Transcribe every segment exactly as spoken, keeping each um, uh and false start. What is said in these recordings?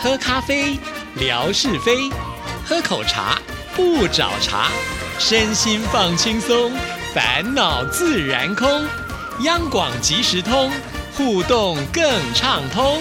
喝咖啡，聊是非；喝口茶，不找茬。身心放轻松，烦恼自然空。央广即时通，互动更畅通。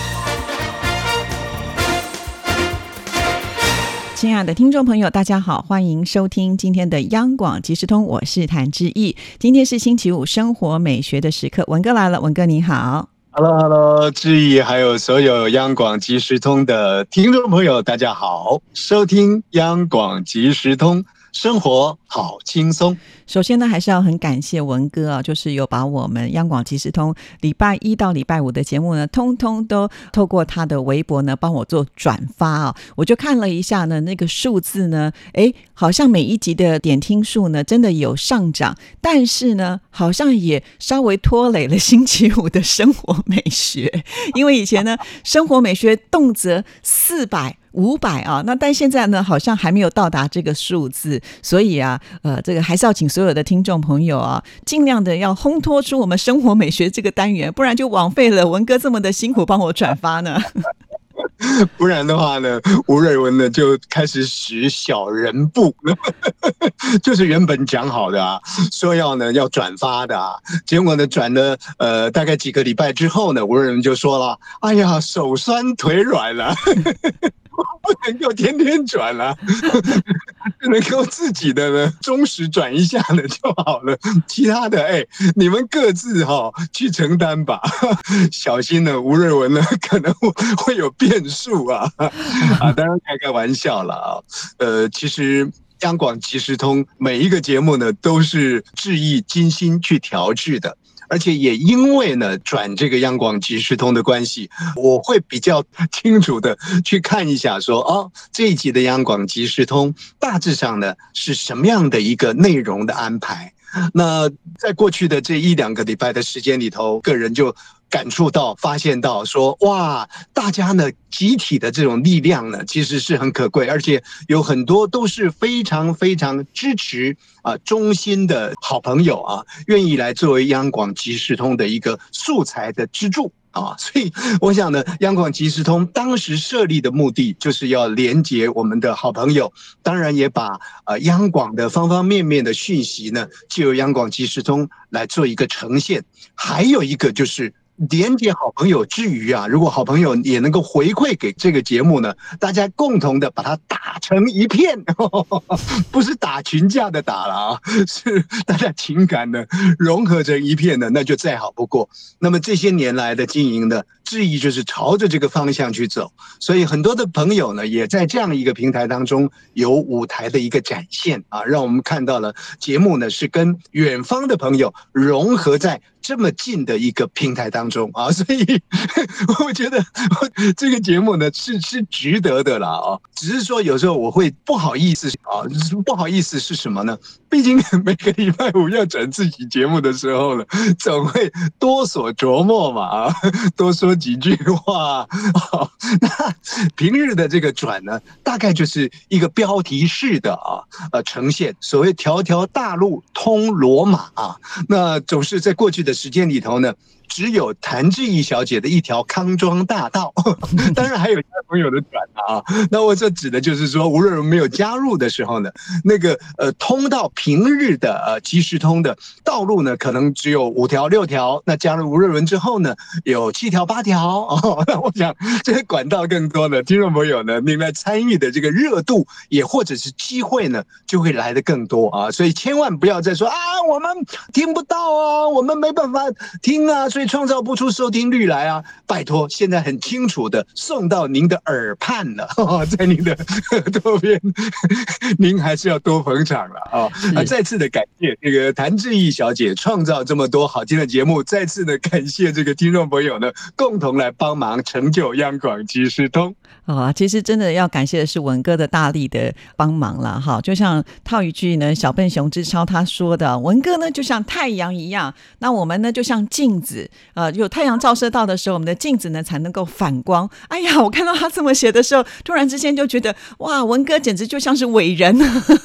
亲爱的听众朋友，大家好，欢迎收听今天的央广即时通，我是谭志毅。今天是星期五，生活美学的时刻，文哥来了，文哥你好。 Hello Hello， 志毅还有所有央广即时通的听众朋友，大家好，收听央广即时通，生活好轻松。 首先呢，还是要很感谢文哥啊，就是有把我们央广即时通礼拜一到礼拜五的节目呢，通通都透过他的微博呢帮我做转发啊。我就看了一下呢，那个数字呢，诶，好像每一集的点听数呢真的有上涨，但是呢，好像也稍微拖累了星期五的生活美学，因为以前呢，生活美学动辄四百。五百啊，那但现在呢，好像还没有到达这个数字，所以啊，呃，这个还是要请所有的听众朋友啊，尽量的要烘托出我们生活美学这个单元，不然就枉费了文哥这么的辛苦帮我转发呢。 不然的话呢，吴瑞文呢就开始使小人步，就是原本讲好的啊，说要呢要转发的啊，结果呢转了呃大概几个礼拜之后呢，吴瑞文就说了，哎呀，手酸腿软了。不能够天天转了，只能够自己的呢忠实转一下呢就好了。其他的哎，你们各自哈、哦、去承担吧。小心呢，吴瑞文呢可能会有变数啊啊！当然开开玩笑了啊。呃，其实央广即时通每一个节目呢都是志毅精心去调制的。而且也因为呢转这个央广即时通的关系，我会比较清楚的去看一下说，哦，这一集的央广即时通大致上呢是什么样的一个内容的安排。那在过去的这一两个礼拜的时间里头，个人就感触到发现到说，哇，大家呢集体的这种力量呢其实是很可贵，而且有很多都是非常非常支持啊、呃、忠心的好朋友啊，愿意来作为央广即时通的一个素材的支柱啊，所以我想呢，央广即时通当时设立的目的就是要连结我们的好朋友，当然也把呃央广的方方面面的讯息呢，就由央广即时通来做一个呈现。还有一个就是连接好朋友之余啊，如果好朋友也能够回馈给这个节目呢，大家共同的把它打成一片，不是打群架的打了啊，是大家情感呢融合成一片的，那就再好不过。那么这些年来的经营呢，质疑就是朝着这个方向去走，所以很多的朋友呢，也在这样一个平台当中有舞台的一个展现啊，让我们看到了节目呢是跟远方的朋友融合在这么近的一个平台当中啊，所以我觉得这个节目呢是是值得的啦啊，只是说有时候我会不好意思啊，不好意思是什么呢？毕竟每个礼拜五要转自己节目的时候呢，总会多所琢磨嘛啊，多说几句话啊。那平日的这个转呢，大概就是一个标题式的啊呃呈现，所谓条条大路通罗马啊，那总是在过去的时间里头呢，只有谭志毅小姐的一条康庄大道，当然还有其他朋友的转啊。那我这指的就是说，吴瑞文没有加入的时候呢，那个呃通到平日的呃即时通的道路呢，可能只有五条六条。那加入吴瑞文之后呢，有七条八条哦。那我想这个管道更多的听众朋友呢，您来参与的这个热度也或者是机会呢，就会来得更多啊。所以千万不要再说啊，我们听不到啊，我们没办法听啊。所以创造不出收听率来啊！拜托，现在很清楚的送到您的耳畔了，哦、在您的耳朵边，您还是要多捧场了啊、哦！再次的感谢这个谭志毅小姐创造这么多好听的节目，再次的感谢这个听众朋友呢，共同来帮忙成就央广即时通。 啊，其实真的要感谢的是文哥的大力的帮忙啦，哈，就像套一句呢，小笨熊之超他说的，文哥呢就像太阳一样，那我们呢就像镜子，呃，有太阳照射到的时候，我们的镜子呢才能够反光。哎呀，我看到他这么写的时候，突然之间就觉得，哇，文哥简直就像是伟人。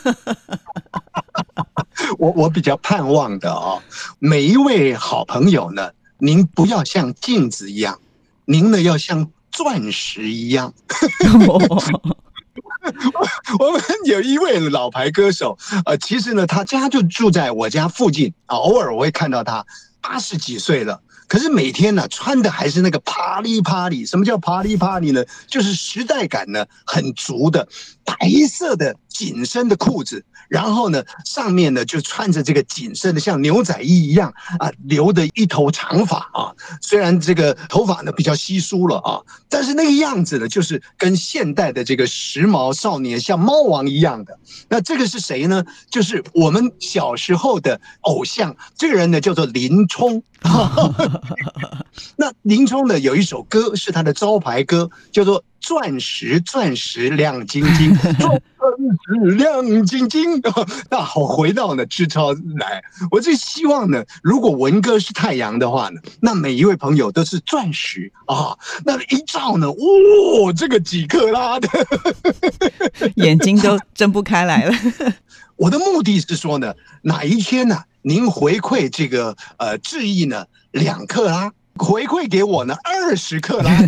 我我比较盼望的哦，每一位好朋友呢，您不要像镜子一样，您呢要像钻石一样。我们有一位老牌歌手，呃，其实呢，他家就住在我家附近啊，偶尔我会看到他，八十几岁了。可是每天呢，穿的还是那个啪里啪里。什么叫啪里啪里呢？就是时代感呢很足的白色的紧身的裤子，然后呢上面呢就穿着这个紧身的像牛仔衣一样啊，留的一头长发啊。虽然这个头发呢比较稀疏了啊，但是那个样子呢，就是跟现代的这个时髦少年像猫王一样的。那这个是谁呢？就是我们小时候的偶像，这个人呢叫做林冲。那林冲呢有一首歌是他的招牌歌，叫做钻石钻石亮晶晶，钻石亮晶晶。那好，回到呢志超来，我最希望呢，如果文哥是太阳的话呢，那每一位朋友都是钻石啊。那一照呢，哇、哦，这个几克拉的， 眼睛都睁不开来了。 我的目的是说呢，哪一天呢、啊，您回馈这个呃致意呢两克拉，回馈给我呢二十克拉。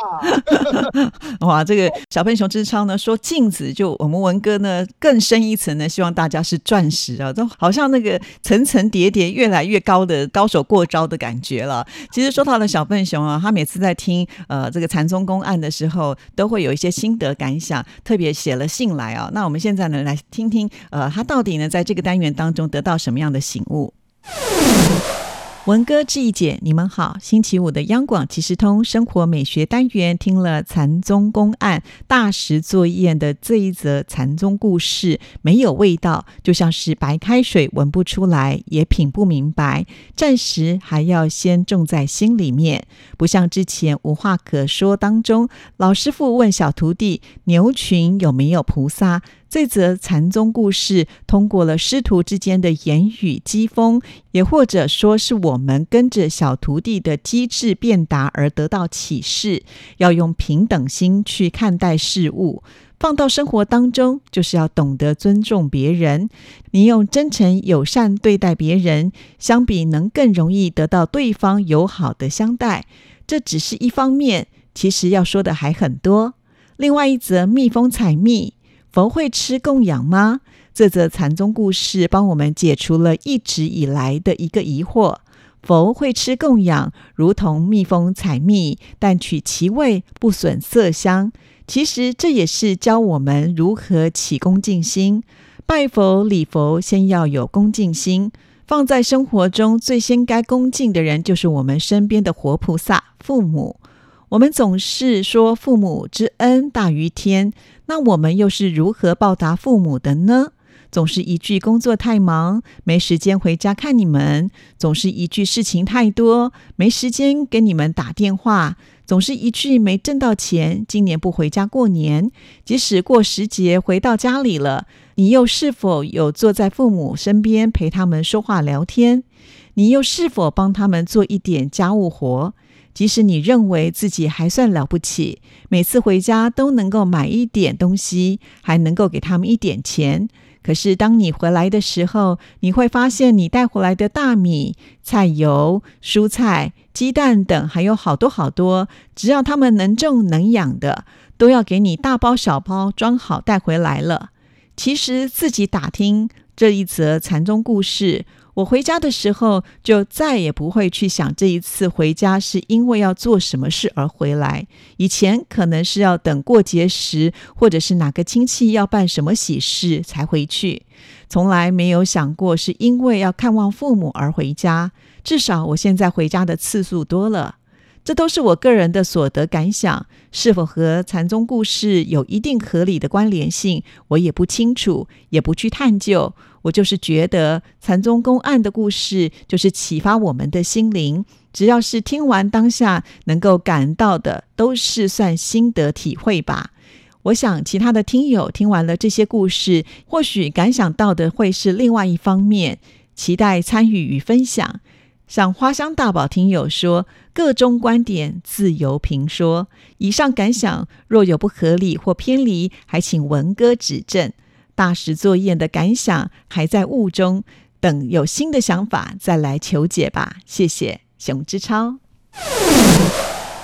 哇，这个小笨熊之超呢说镜子，就我们文哥呢更深一层呢，希望大家是钻石啊，都好像那个层层叠叠越来越高的高手过招的感觉了。其实说到了小笨熊啊，他每次在听呃这个禅宗公案的时候，都会有一些心得感想，特别写了信来啊。那我们现在呢来听听呃他到底呢在这个单元当中得到什么样的醒悟。文哥志毅姐，你们好。星期五的央广即时通生活美学单元，听了禅宗公案大石作宴的这一则禅宗故事，没有味道，就像是白开水，闻不出来，也品不明白，暂时还要先种在心里面。不像之前无话可说当中，老师傅问小徒弟牛群有没有菩萨，这则禅宗故事通过了师徒之间的言语讥讽，也或者说是我们跟着小徒弟的机智辩答而得到启示，要用平等心去看待事物，放到生活当中，就是要懂得尊重别人。你用真诚友善对待别人，相比能更容易得到对方友好的相待。这只是一方面，其实要说的还很多。另外一则蜜蜂采蜜，佛会吃供养吗？这则禅宗故事帮我们解除了一直以来的一个疑惑。佛会吃供养，如同蜜蜂采蜜，但取其味，不损色香。其实这也是教我们如何起恭敬心。拜佛礼佛，先要有恭敬心。放在生活中最先该恭敬的人，就是我们身边的活菩萨父母。我们总是说父母之恩大于天，那我们又是如何报答父母的呢？总是一句工作太忙，没时间回家看你们；总是一句事情太多，没时间给你们打电话；总是一句没挣到钱，今年不回家过年。即使过时节回到家里了，你又是否有坐在父母身边陪他们说话聊天？你又是否帮他们做一点家务活？即使你认为自己还算了不起，每次回家都能够买一点东西，还能够给他们一点钱，可是当你回来的时候，你会发现你带回来的大米、菜油、蔬菜、鸡蛋等还有好多好多，只要他们能种能养的，都要给你大包小包装好带回来了。其实自己打听这一则禅宗故事，我回家的时候就再也不会去想这一次回家是因为要做什么事而回来。以前可能是要等过节时，或者是哪个亲戚要办什么喜事才回去，从来没有想过是因为要看望父母而回家。至少我现在回家的次数多了。这都是我个人的所得感想，是否和禅宗故事有一定合理的关联性，我也不清楚，也不去探究。我就是觉得禅宗公案的故事就是启发我们的心灵，只要是听完当下能够感到的，都是算心得体会吧。我想其他的听友听完了这些故事，或许感想到的会是另外一方面，期待参与与分享。像花香大宝听友说，各中观点自由评说，以上感想若有不合理或偏离，还请文哥指正。大石作宴的感想还在雾中，等有新的想法再来求解吧。谢谢熊之超。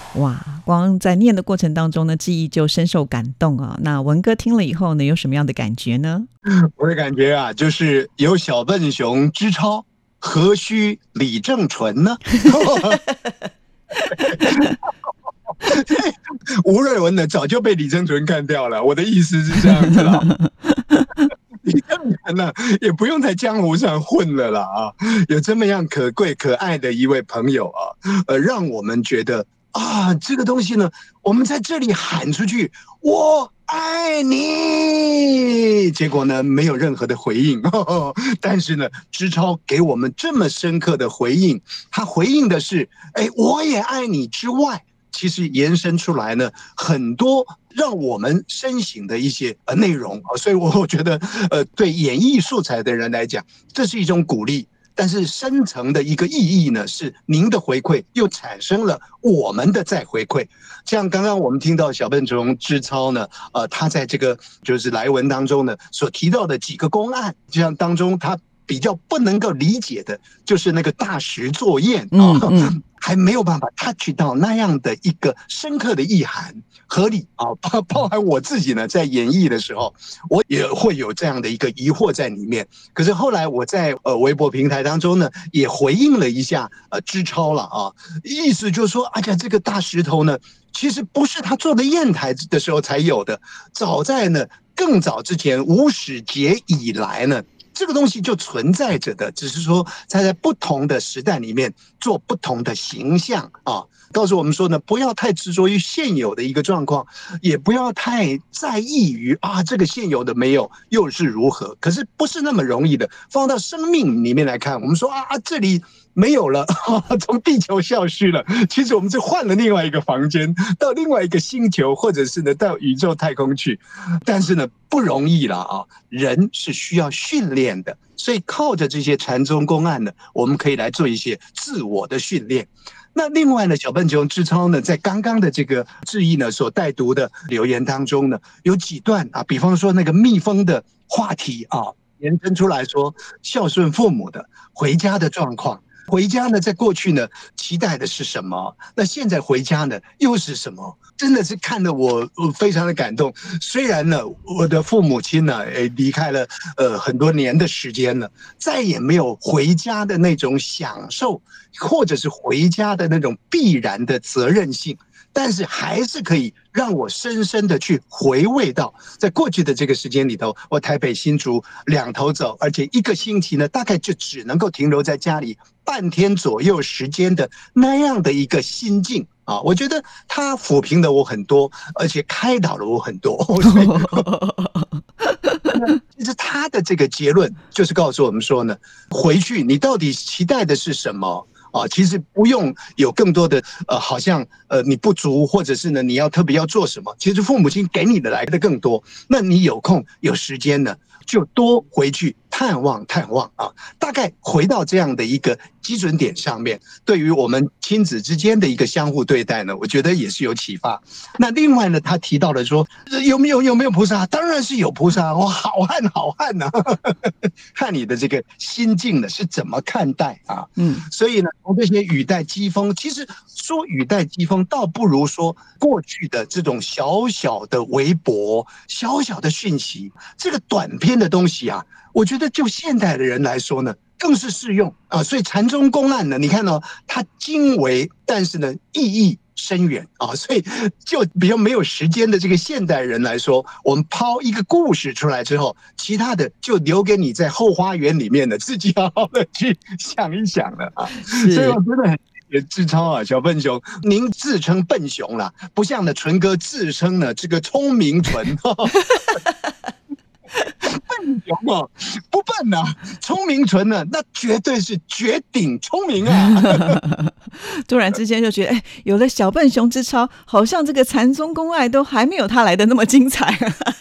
哇，光在念的过程当中呢，记忆就深受感动啊。那文哥听了以后呢，有什么样的感觉呢？ 我的感觉啊，就是有小笨熊之超，何须李正淳呢？吴瑞文呢，早就被李正淳干掉了。我的意思是这样子啦。李正淳呢，也不用在江湖上混了啦啊！有这么样可贵可爱的一位朋友啊，呃，让我们觉得啊，这个东西呢，我们在这里喊出去，我爱你，结果呢，没有任何的回应。呵呵，但是呢，之超给我们这么深刻的回应，他回应的是，哎，我也爱你之外，其实延伸出来呢，很多让我们深省的一些呃内容啊，所以我觉得，呃，对演绎素材的人来讲，这是一种鼓励。但是深层的一个意义呢，是您的回馈又产生了我们的再回馈。像刚刚我们听到小笨熊之超呢，呃，他在这个就是来文当中呢所提到的几个公案，就像当中他比较不能够理解的，就是那个大石作宴啊。嗯嗯还没有办法 touch 到那样的一个深刻的意涵合理啊，包包含我自己呢，在演绎的时候，我也会有这样的一个疑惑在里面。可是后来我在呃微博平台当中呢，也回应了一下呃之超了啊，意思就是说，哎呀，这个大石头呢，其实不是他做的砚台的时候才有的，早在呢更早之前无始劫以来呢。这个东西就存在着的，只是说它在不同的时代里面做不同的形象啊，告诉我们说呢，不要太执着于现有的一个状况，也不要太在意于啊这个现有的没有又是如何，可是不是那么容易的。放到生命里面来看，我们说啊这里没有了，从地球消失了，其实我们是换了另外一个房间，到另外一个星球，或者是呢到宇宙太空去，但是呢不容易了啊，人是需要训练的，所以靠着这些禅宗公案呢，我们可以来做一些自我的训练。那另外呢，小笨熊之超呢，在刚刚的这个志毅呢所带读的留言当中呢，有几段啊，比方说那个蜜蜂的话题啊，延伸出来说孝顺父母的回家的状况。回家呢，在过去呢，期待的是什么？那现在回家呢，又是什么？真的是看得我非常的感动。虽然呢，我的父母亲呢，离开了呃很多年的时间了，再也没有回家的那种享受，或者是回家的那种必然的责任性。但是还是可以让我深深的去回味到，在过去的这个时间里头，我台北新竹两头走，而且一个星期呢，大概就只能够停留在家里半天左右时间的那样的一个心境啊，我觉得他抚平了我很多，而且开导了我很多。其实他的这个结论就是告诉我们说呢，回去你到底期待的是什么？啊，其实不用有更多的呃，好像呃你不足，或者是呢你要特别要做什么，其实父母亲给你的来的更多。那你有空有时间呢，就多回去探望探望啊。大概回到这样的一个基准点上面，对于我们亲子之间的一个相互对待呢，我觉得也是有启发。那另外呢，他提到了说有没有有没有菩萨？当然是有菩萨，哇，好汉好汉呐、啊！看你的这个心境呢是怎么看待啊？嗯，所以呢。从这些语带讥讽，其实说语带讥讽，倒不如说过去的这种小小的微博、小小的讯息，这个短篇的东西啊，我觉得就现代的人来说呢，更是适用啊。所以禅宗公案呢，你看哦，它精微，但是呢，意义深远啊。所以就比较没有时间的这个现代人来说，我们抛一个故事出来之后，其他的就留给你在后花园里面的自己好好的去想一想了啊。所以我真的很谢谢之超啊，小笨熊，您自称笨熊啦，不像呢纯哥自称呢这个聪明纯。笨熊哦，不笨呐、啊，聪明纯呢、啊，那绝对是绝顶聪明啊！ 突然之间就觉得，哎，有了小笨熊之超，好像这个禅宗公案都还没有他来的那么精彩。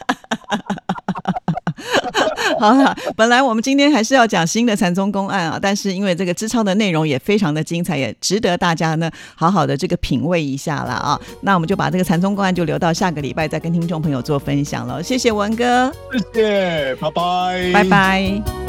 好了，本来我们今天还是要讲新的禅宗公案啊，但是因为这个之超的内容也非常的精彩，也值得大家呢好好的这个品味一下了啊。那我们就把这个禅宗公案就留到下个礼拜再跟听众朋友做分享了。谢谢文哥， 谢谢，拜拜， 拜拜。